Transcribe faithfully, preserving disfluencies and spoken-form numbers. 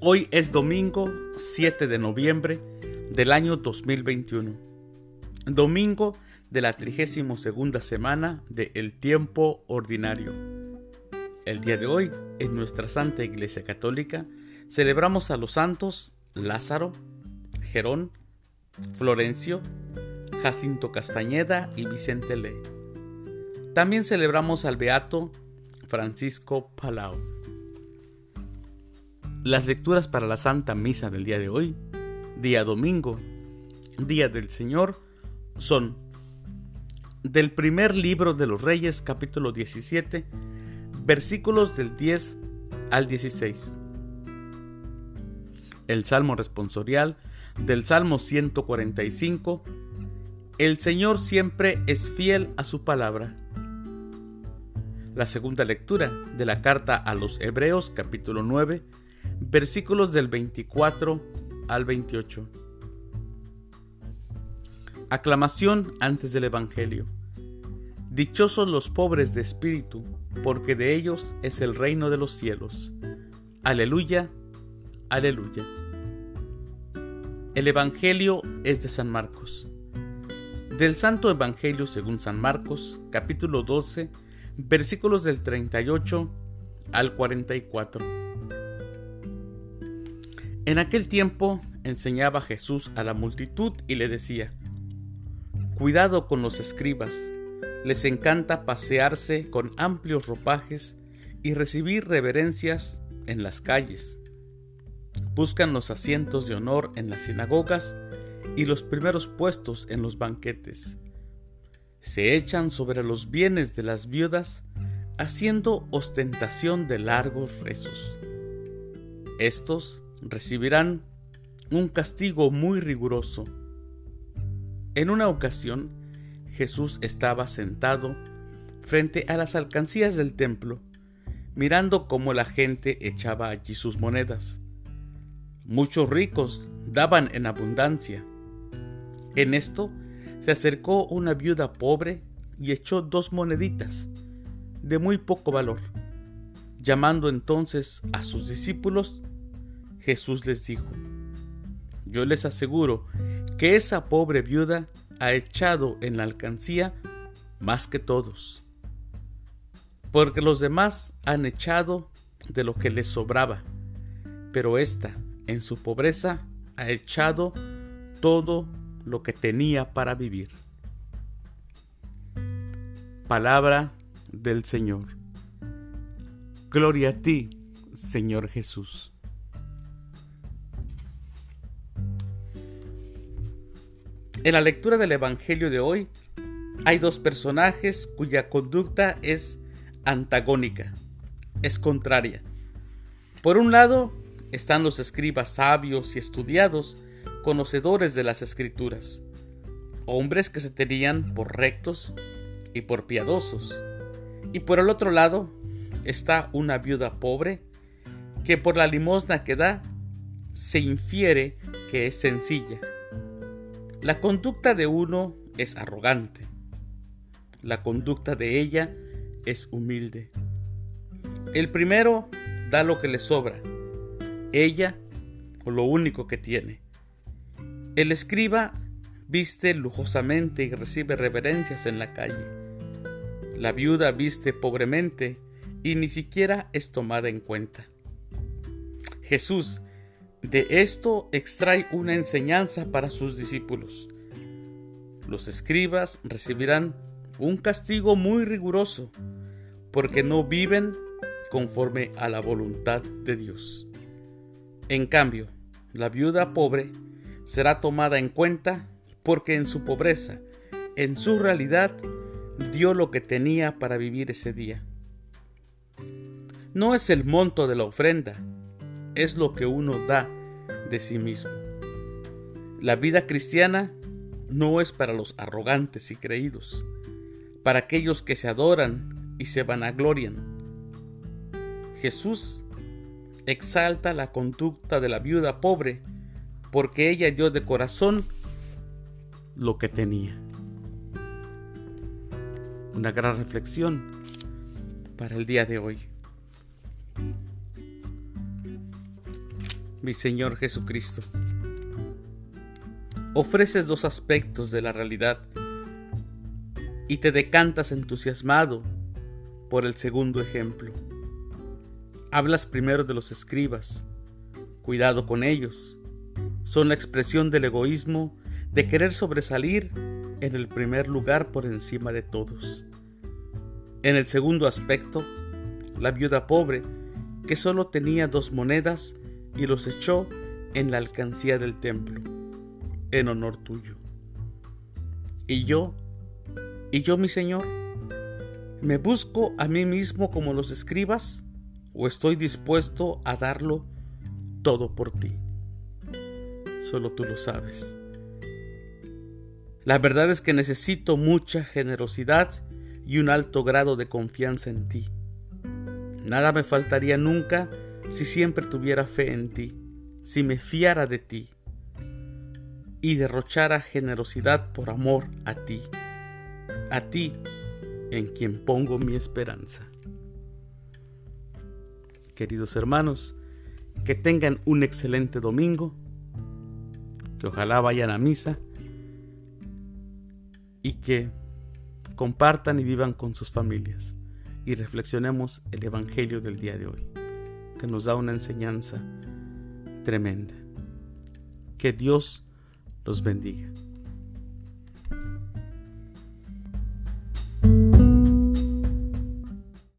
Hoy es domingo siete de noviembre del año dos mil veintiuno, domingo de la trigésima segunda semana de El Tiempo Ordinario. El día de hoy, en nuestra Santa Iglesia Católica, celebramos a los santos Lázaro, Gerón, Florencio, Jacinto Castañeda y Vicente Lee. También celebramos al beato Francisco Palau. Las lecturas para la Santa Misa del día de hoy, día domingo, día del Señor, son del primer libro de los Reyes, capítulo diecisiete, versículos del diez al dieciséis. El Salmo responsorial del Salmo ciento cuarenta y cinco. El Señor siempre es fiel a su palabra. La segunda lectura de la carta a los Hebreos, capítulo nueve, versículos del veinticuatro al veintiocho. Aclamación antes del Evangelio. Dichosos los pobres de espíritu, porque de ellos es el reino de los cielos. Aleluya, aleluya. El Evangelio es de San Marcos. Del Santo Evangelio según San Marcos, capítulo doce, versículos del treinta y ocho al cuarenta y cuatro. En aquel tiempo enseñaba Jesús a la multitud y le decía: Cuidado con los escribas, les encanta pasearse con amplios ropajes y recibir reverencias en las calles. Buscan los asientos de honor en las sinagogas y los primeros puestos en los banquetes. Se echan sobre los bienes de las viudas, haciendo ostentación de largos rezos. Estos recibirán un castigo muy riguroso. En una ocasión, Jesús estaba sentado frente a las alcancías del templo, mirando cómo la gente echaba allí sus monedas. Muchos ricos daban en abundancia. En esto se acercó una viuda pobre y echó dos moneditas de muy poco valor. Llamando entonces a sus discípulos, Jesús les dijo: Yo les aseguro que esa pobre viuda ha echado en la alcancía más que todos, porque los demás han echado de lo que les sobraba, pero ésta, en su pobreza, ha echado todo lo que tenía para vivir. Palabra del Señor. Gloria a ti, Señor Jesús. En la lectura del Evangelio de hoy hay dos personajes cuya conducta es antagónica, es contraria. Por un lado están los escribas sabios y estudiados, conocedores de las Escrituras, hombres que se tenían por rectos y por piadosos. Y por el otro lado está una viuda pobre que por la limosna que da se infiere que es sencilla. La conducta de uno es arrogante, la conducta de ella es humilde. El primero da lo que le sobra, ella lo único que tiene. El escriba viste lujosamente y recibe reverencias en la calle. La viuda viste pobremente y ni siquiera es tomada en cuenta. Jesús de esto extrae una enseñanza para sus discípulos. Los escribas recibirán un castigo muy riguroso porque no viven conforme a la voluntad de Dios. En cambio, la viuda pobre será tomada en cuenta porque en su pobreza, en su realidad, dio lo que tenía para vivir ese día. No es el monto de la ofrenda, es lo que uno da de sí mismo. La vida cristiana no es para los arrogantes y creídos, para aquellos que se adoran y se vanaglorian. Jesús exalta la conducta de la viuda pobre porque ella dio de corazón lo que tenía. Una gran reflexión para el día de hoy. mi Señor Jesucristo. Ofreces dos aspectos de la realidad y te decantas entusiasmado por el segundo ejemplo. Hablas primero de los escribas. Cuidado con ellos. Son la expresión del egoísmo de querer sobresalir en el primer lugar por encima de todos. En el segundo aspecto, la viuda pobre que solo tenía dos monedas y los echó en la alcancía del templo, en honor tuyo. Y yo, y yo, mi Señor, ¿me busco a mí mismo como los escribas o estoy dispuesto a darlo todo por ti? Solo tú lo sabes. La verdad es que necesito mucha generosidad y un alto grado de confianza en ti. Nada me faltaría nunca si siempre tuviera fe en ti, si me fiara de ti y derrochara generosidad por amor a ti, a ti en quien pongo mi esperanza. Queridos hermanos, que tengan un excelente domingo, que ojalá vayan a misa y que compartan y vivan con sus familias y reflexionemos el Evangelio del día de hoy, que nos da una enseñanza tremenda. Que Dios los bendiga.